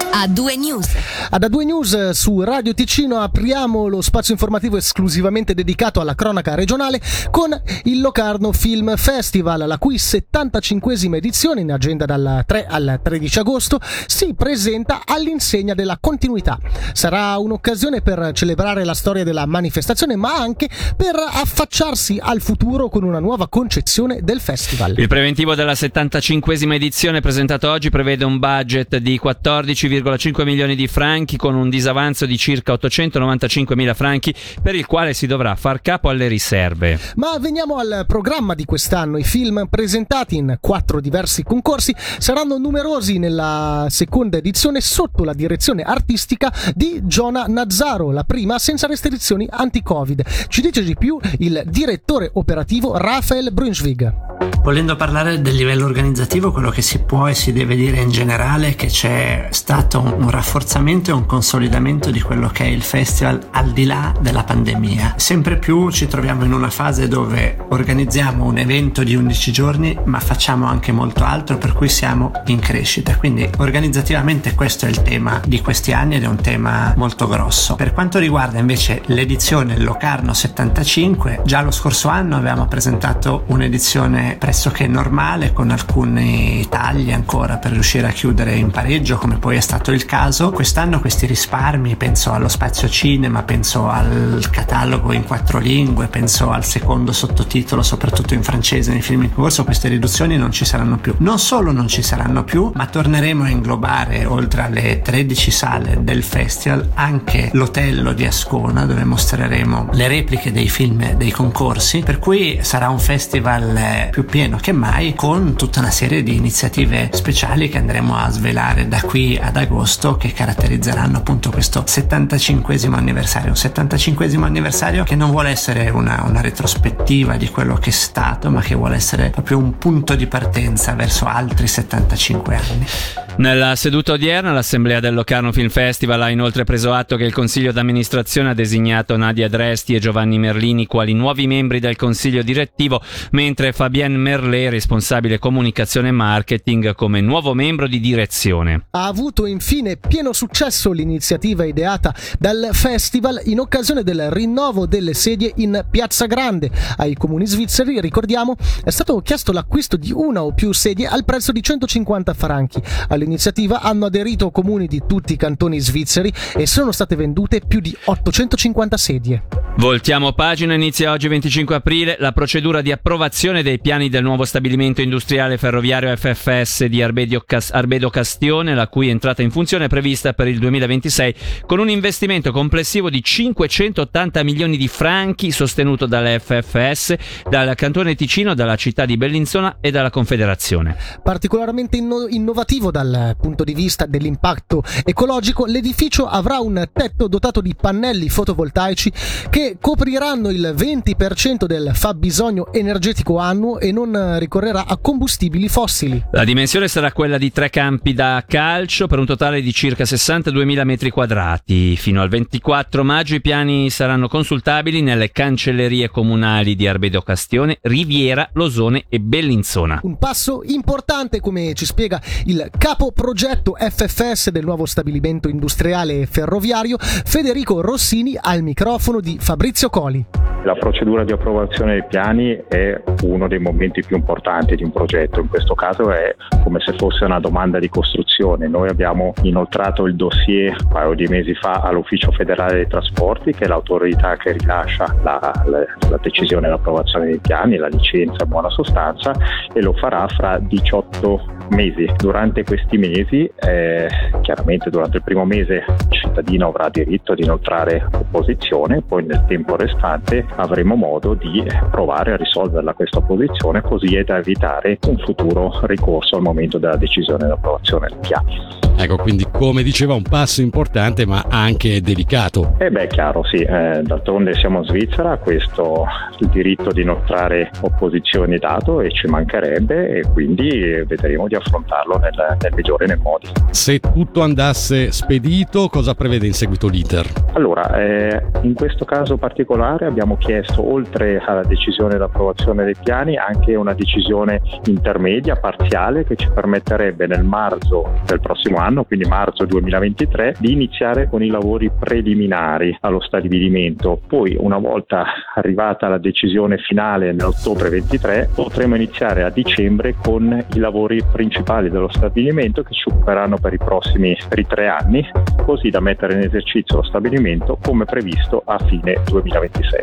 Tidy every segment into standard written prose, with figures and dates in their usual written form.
A2 News. Ad A2 News su Radio Ticino apriamo lo spazio informativo esclusivamente dedicato alla cronaca regionale con il Locarno Film Festival, la cui 75esima edizione, in agenda dal 3 al 13 agosto, si presenta all'insegna della continuità. Sarà un'occasione per celebrare la storia della manifestazione, ma anche per affacciarsi al futuro con una nuova concezione del festival. Il preventivo della 75esima edizione presentato oggi prevede un budget di 14,5 milioni di franchi con un disavanzo di circa 895.000 franchi per il quale si dovrà far capo alle riserve. Ma veniamo al programma di quest'anno. I film presentati in 4 diversi concorsi saranno numerosi nella seconda edizione sotto la direzione artistica di Giona Nazzaro, la prima senza restrizioni anti-Covid. Ci dice di più il direttore operativo Rafael Brunswig. Volendo parlare del livello organizzativo, quello che si può e si deve dire in generale è che c'è stato un rafforzamento e un consolidamento di quello che è il festival al di là della pandemia. Sempre più ci troviamo in una fase dove organizziamo un evento di 11 giorni, ma facciamo anche molto altro, per cui siamo in crescita. Quindi organizzativamente questo è il tema di questi anni ed è un tema molto grosso. Per quanto riguarda invece l'edizione Locarno 75, già lo scorso anno avevamo presentato un'edizione pressoché normale con alcuni tagli ancora per riuscire a chiudere in pareggio, come poi è stato il caso. Quest'anno questi risparmi, penso allo spazio cinema, penso al catalogo in 4 lingue, penso al secondo sottotitolo soprattutto in francese nei film in corso, queste riduzioni non ci saranno più. Non solo non ci saranno più, ma torneremo a inglobare, oltre alle 13 sale del festival, anche l'Otello di Ascona, dove mostreremo le repliche dei film dei concorsi, per cui sarà un festival più pieno che mai, con tutta una serie di iniziative speciali che andremo a svelare da qui ad agosto, che caratterizzeranno appunto questo 75esimo anniversario. Un 75esimo anniversario che non vuole essere una retrospettiva di quello che è stato, ma che vuole essere proprio un punto di partenza verso altri 75 anni. Nella seduta odierna l'Assemblea del Locarno Film Festival ha inoltre preso atto che il Consiglio d'amministrazione ha designato Nadia Dresti e Giovanni Merlini quali nuovi membri del Consiglio direttivo, mentre Fabienne Merlet, responsabile comunicazione e marketing, come nuovo membro di direzione. Ha avuto infine pieno successo l'iniziativa ideata dal festival in occasione del rinnovo delle sedie in Piazza Grande. Ai comuni svizzeri, ricordiamo, è stato chiesto l'acquisto di una o più sedie al prezzo di 150 franchi. All'iniziativa hanno aderito comuni di tutti i cantoni svizzeri e sono state vendute più di 850 sedie. Voltiamo pagina, inizia oggi 25 aprile la procedura di approvazione dei piani del nuovo stabilimento industriale ferroviario FFS di Arbedo Castione, la cui entrata in funzione è prevista per il 2026 con un investimento complessivo di 580 milioni di franchi sostenuto dall'FFS, dal Cantone Ticino, dalla città di Bellinzona e dalla Confederazione. Particolarmente innovativo dal punto di vista dell'impatto ecologico, l'edificio avrà un tetto dotato di pannelli fotovoltaici che copriranno il 20% del fabbisogno energetico annuo e non ricorrerà a combustibili fossili. La dimensione sarà quella di 3 campi da calcio per un totale di circa 62.000 metri quadrati. Fino al 24 maggio i piani saranno consultabili nelle cancellerie comunali di Arbedo Castione, Riviera, Losone e Bellinzona. Un passo importante, come ci spiega il capo progetto FFS del nuovo stabilimento industriale ferroviario, Federico Rossini, al microfono di Fabrizio Coli. La procedura di approvazione dei piani è uno dei momenti più importanti di un progetto. In questo caso è come se fosse una domanda di costruzione. Noi abbiamo inoltrato il dossier un paio di mesi fa all'Ufficio Federale dei Trasporti, che è l'autorità che rilascia la decisione di approvazione dei piani, la licenza in buona sostanza, e lo farà fra 18 mesi. Durante questi mesi, chiaramente durante il primo mese il cittadino avrà diritto ad inoltrare opposizione, poi nel tempo restante avremo modo di provare a risolverla questa opposizione, così da evitare un futuro ricorso al momento della decisione di approvazione del piano. Ecco, quindi come diceva un passo importante ma anche delicato. Chiaro, sì, d'altronde siamo in Svizzera, questo il diritto di inoltrare opposizioni dato e ci mancherebbe, e quindi vedremo di affrontarlo nel migliore dei modi. Se tutto andasse spedito, cosa prevede in seguito l'iter? Allora, in questo caso particolare abbiamo chiesto, oltre alla decisione d'approvazione dei piani, anche una decisione intermedia, parziale, che ci permetterebbe nel marzo del prossimo anno anno, quindi marzo 2023, di iniziare con i lavori preliminari allo stabilimento. Poi, una volta arrivata la decisione finale nell'ottobre 23, potremo iniziare a dicembre con i lavori principali dello stabilimento, che ci occuperanno per i prossimi 3 anni, così da mettere in esercizio lo stabilimento come previsto a fine 2026.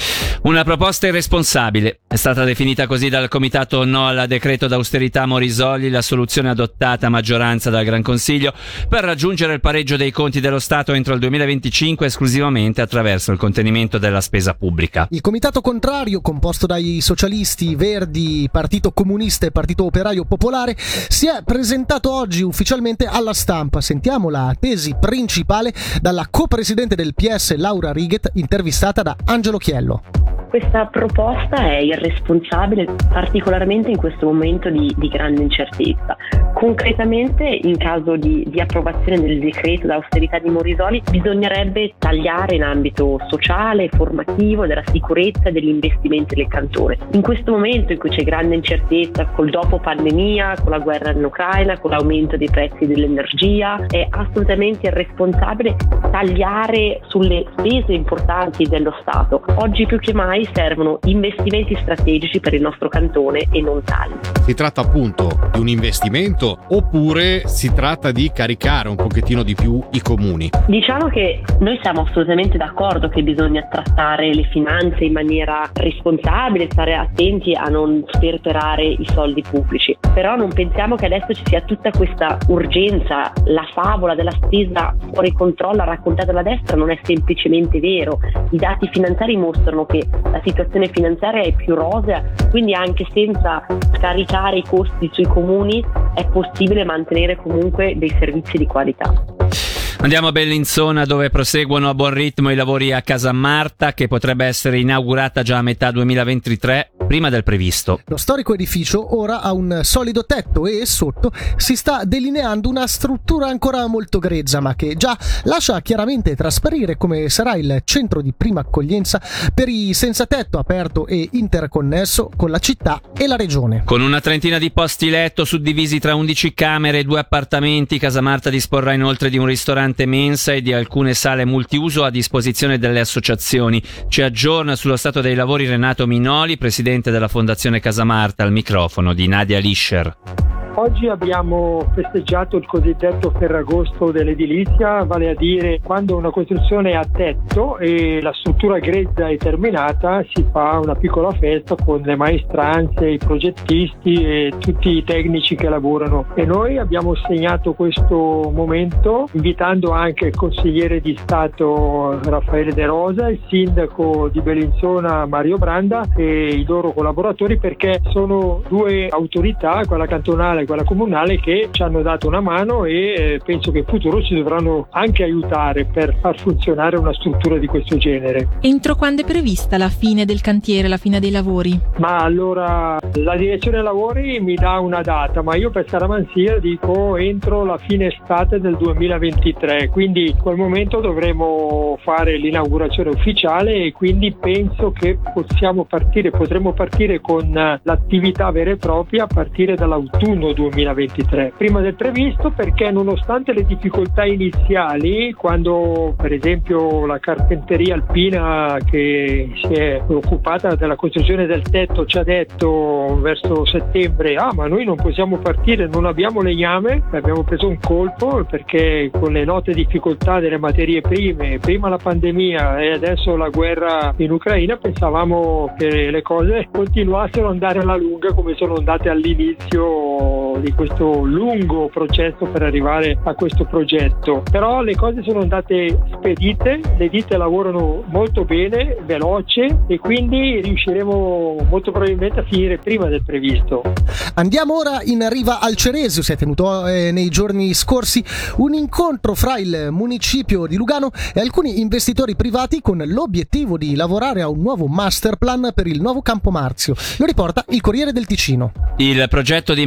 Una proposta irresponsabile. È stata definita così dal comitato no al decreto d'austerità Morisoli la soluzione adottata a maggioranza dal Gran Consiglio per raggiungere il pareggio dei conti dello Stato entro il 2025 esclusivamente attraverso il contenimento della spesa pubblica. Il comitato contrario, composto dai socialisti, Verdi, Partito Comunista e Partito Operaio Popolare, si è presentato oggi ufficialmente alla stampa. Sentiamo la tesi principale dalla copresidente del PS Laura Righet, intervistata da Angelo Chiello. Questa proposta è irresponsabile, particolarmente in questo momento di grande incertezza. Concretamente, in caso di approvazione del decreto d'austerità di Morisoli, bisognerebbe tagliare in ambito sociale, formativo, della sicurezza e degli investimenti del cantone. In questo momento in cui c'è grande incertezza, col dopo pandemia, con la guerra in Ucraina, con l'aumento dei prezzi dell'energia, è assolutamente irresponsabile tagliare sulle spese importanti dello Stato. Oggi più che mai servono investimenti strategici per il nostro cantone e non tagli. Si tratta appunto di un investimento oppure si tratta di caricare un pochettino di più i comuni? Diciamo che noi siamo assolutamente d'accordo che bisogna trattare le finanze in maniera responsabile, stare attenti a non sperperare i soldi pubblici, però non pensiamo che adesso ci sia tutta questa urgenza. La favola della spesa fuori controllo raccontata dalla destra non è semplicemente vero. I dati finanziari mostrano che la situazione finanziaria è più rosea, quindi anche senza scaricare i costi sui comuni è possibile mantenere comunque dei servizi di qualità. Andiamo a Bellinzona, dove proseguono a buon ritmo i lavori a Casamarta, che potrebbe essere inaugurata già a metà 2023, prima del previsto. Lo storico edificio ora ha un solido tetto e sotto si sta delineando una struttura ancora molto grezza, ma che già lascia chiaramente trasparire come sarà il centro di prima accoglienza per i senza tetto, aperto e interconnesso con la città e la regione. Con una trentina di posti letto suddivisi tra 11 camere e 2 appartamenti, Casamarta disporrà inoltre di un ristorante mensa e di alcune sale multiuso a disposizione delle associazioni. Ci aggiorna sullo stato dei lavori Renato Minoli, presidente della Fondazione Casamarta, al microfono di Nadia Lischer. Oggi abbiamo festeggiato il cosiddetto Ferragosto dell'edilizia, vale a dire quando una costruzione è a tetto e la struttura grezza è terminata, si fa una piccola festa con le maestranze, i progettisti e tutti i tecnici che lavorano. E noi abbiamo segnato questo momento invitando anche il consigliere di Stato Raffaele De Rosa, il sindaco di Bellinzona Mario Branda e i loro collaboratori, perché sono 2 autorità, quella cantonale e quella comunale, che ci hanno dato una mano e penso che in futuro ci dovranno anche aiutare per far funzionare una struttura di questo genere. Entro quando è prevista la fine del cantiere, la fine dei lavori? Ma allora la direzione lavori mi dà una data, ma io per Scaramanzia dico entro la fine estate del 2023, quindi in quel momento dovremo fare l'inaugurazione ufficiale e quindi penso che potremo partire con l'attività vera e propria a partire dall'autunno 2023, prima del previsto, perché nonostante le difficoltà iniziali, quando per esempio la carpenteria alpina che si è occupata della costruzione del tetto ci ha detto verso settembre ma noi non possiamo partire, non abbiamo legname, abbiamo preso un colpo, perché con le note difficoltà delle materie prime, prima la pandemia e adesso la guerra in Ucraina, pensavamo che le cose continuassero ad andare alla lunga come sono andate all'inizio di questo lungo processo per arrivare a questo progetto. Però le cose sono andate spedite, le ditte lavorano molto bene, veloce, e quindi riusciremo molto probabilmente a finire prima del previsto. Andiamo ora in riva al Ceresio. Si è tenuto nei giorni scorsi un incontro fra il municipio di Lugano e alcuni investitori privati con l'obiettivo di lavorare a un nuovo master plan per il nuovo Campo Marzio. Lo riporta il Corriere del Ticino. Il progetto di massima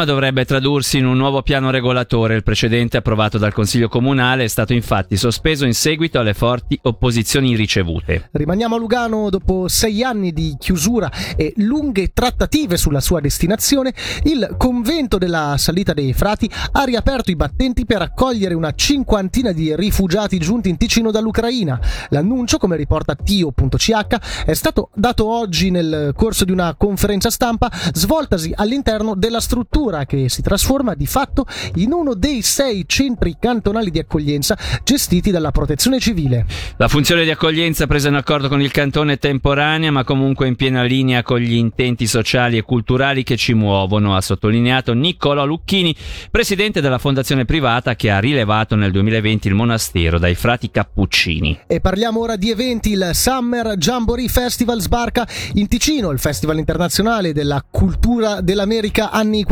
riforma dovrebbe tradursi in un nuovo piano regolatore. Il precedente, approvato dal Consiglio Comunale, è stato infatti sospeso in seguito alle forti opposizioni ricevute. Rimaniamo a Lugano. Dopo 6 anni di chiusura e lunghe trattative sulla sua destinazione, il convento della Salita dei Frati ha riaperto i battenti per accogliere una 50ina di rifugiati giunti in Ticino dall'Ucraina. L'annuncio, come riporta Tio.ch, è stato dato oggi nel corso di una conferenza stampa svoltasi all'interno della struttura, che si trasforma di fatto in uno dei 6 centri cantonali di accoglienza gestiti dalla Protezione Civile. La funzione di accoglienza, presa in accordo con il cantone, è temporanea, ma comunque in piena linea con gli intenti sociali e culturali che ci muovono, ha sottolineato Niccolò Lucchini, presidente della fondazione privata che ha rilevato nel 2020 il monastero dai frati cappuccini. E parliamo ora di eventi. Il Summer Jamboree Festival sbarca in Ticino, il festival internazionale della cultura dell'America anni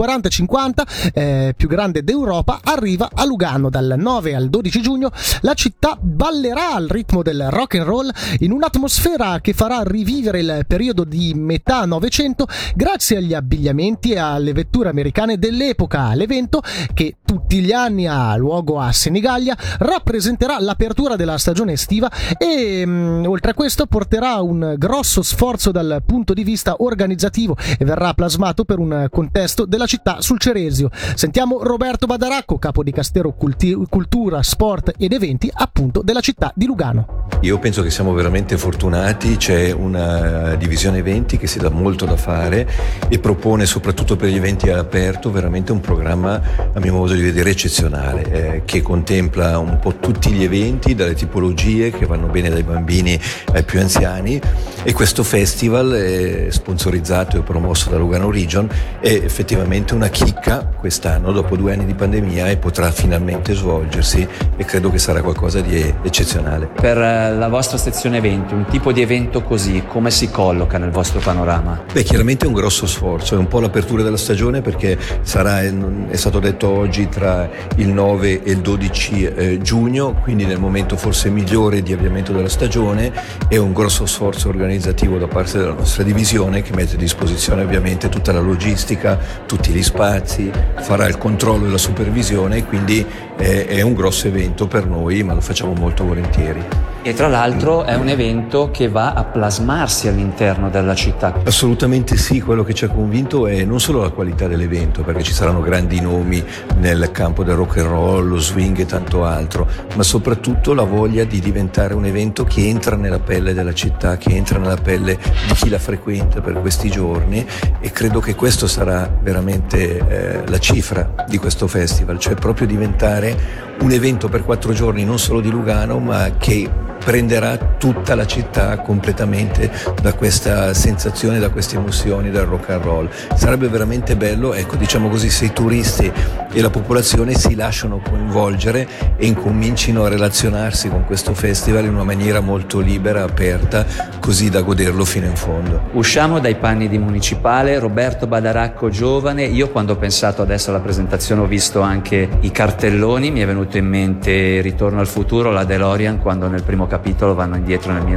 40-50, più grande d'Europa, arriva a Lugano. Dal 9 al 12 giugno la città ballerà al ritmo del rock and roll in un'atmosfera che farà rivivere il periodo di metà Novecento grazie agli abbigliamenti e alle vetture americane dell'epoca. L'evento, che tutti gli anni ha luogo a Senigallia, rappresenterà l'apertura della stagione estiva e oltre a questo porterà un grosso sforzo dal punto di vista organizzativo e verrà plasmato per un contesto della città sul Ceresio. Sentiamo Roberto Badaracco, capo di Castero Cultura, Sport ed Eventi, appunto, della città di Lugano. Io penso che siamo veramente fortunati, c'è una divisione eventi che si dà molto da fare e propone, soprattutto per gli eventi all'aperto, veramente un programma, a mio modo di vedere, eccezionale, che contempla un po' tutti gli eventi, dalle tipologie che vanno bene dai bambini ai più anziani, e questo festival, sponsorizzato e promosso da Lugano Region, è effettivamente una chicca quest'anno dopo 2 anni di pandemia e potrà finalmente svolgersi, e credo che sarà qualcosa di eccezionale. Per la vostra sezione eventi, un tipo di evento così come si colloca nel vostro panorama? Beh, chiaramente è un grosso sforzo, è un po' l'apertura della stagione, perché sarà, è stato detto oggi, tra il 9 e il 12 giugno, quindi nel momento forse migliore di avviamento della stagione. È un grosso sforzo organizzativo da parte della nostra divisione, che mette a disposizione ovviamente tutta la logistica, tutti gli spazi, farà il controllo e la supervisione, quindi è un grosso evento per noi, ma lo facciamo molto volentieri. E tra l'altro è un evento che va a plasmarsi all'interno della città. Assolutamente sì, quello che ci ha convinto è non solo la qualità dell'evento, perché ci saranno grandi nomi nel campo del rock and roll, lo swing e tanto altro, ma soprattutto la voglia di diventare un evento che entra nella pelle della città, che entra nella pelle di chi la frequenta per questi giorni, e credo che questo sarà veramente la cifra di questo festival, cioè proprio diventare un evento per 4 giorni non solo di Lugano, ma che prenderà tutta la città completamente da questa sensazione, da queste emozioni del rock and roll. Sarebbe veramente bello, ecco, diciamo così, se i turisti e la popolazione si lasciano coinvolgere e incomincino a relazionarsi con questo festival in una maniera molto libera, aperta, così da goderlo fino in fondo. Usciamo dai panni di municipale. Roberto Badaracco, giovane. Io, quando ho pensato adesso alla presentazione, ho visto anche i cartelloni, mi è venuto in mente Ritorno al futuro, la DeLorean, quando nel primo capitolo vanno indietro nel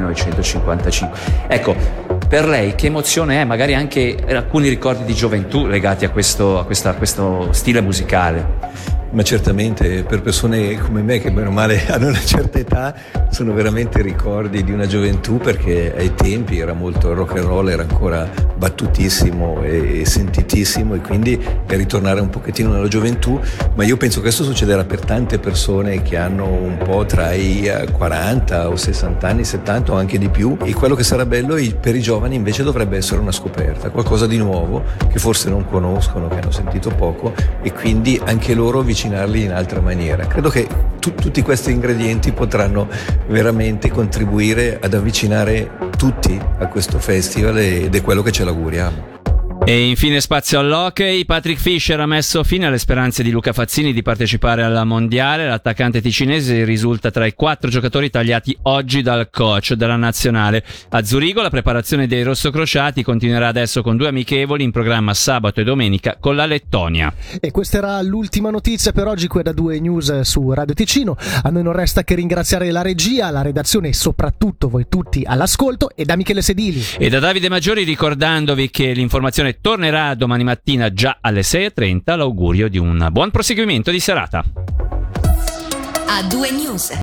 1955. Ecco, per lei che emozione è, magari anche alcuni ricordi di gioventù legati a questo stile musicale? Ma certamente, per persone come me, che bene o male hanno una certa età, sono veramente ricordi di una gioventù, perché ai tempi era molto, il rock and roll era ancora battutissimo e sentitissimo, e quindi è ritornare un pochettino nella gioventù. Ma io penso che questo succederà per tante persone che hanno un po' tra i 40 o 60 anni, 70 o anche di più, e quello che sarà bello per i giovani invece dovrebbe essere una scoperta, qualcosa di nuovo che forse non conoscono, che hanno sentito poco, e quindi anche loro avvicinarli in altra maniera. Credo che tutti questi ingredienti potranno veramente contribuire ad avvicinare tutti a questo festival, ed è quello che ce l'auguriamo. E infine spazio all'hockey. Patrick Fischer ha messo fine alle speranze di Luca Fazzini di partecipare alla mondiale. L'attaccante ticinese risulta tra i 4 giocatori tagliati oggi dal coach della nazionale. A Zurigo la preparazione dei rossocrociati continuerà adesso con 2 amichevoli in programma sabato e domenica con la Lettonia. E questa era l'ultima notizia per oggi qui da 2 News su Radio Ticino. A noi non resta che ringraziare la regia, la redazione e soprattutto voi tutti all'ascolto, e da Michele Sedili e da Davide Maggiori, ricordandovi che l'informazione Trasmissione tornerà domani mattina già alle 6:30. L'augurio di un buon proseguimento di serata. A2 News.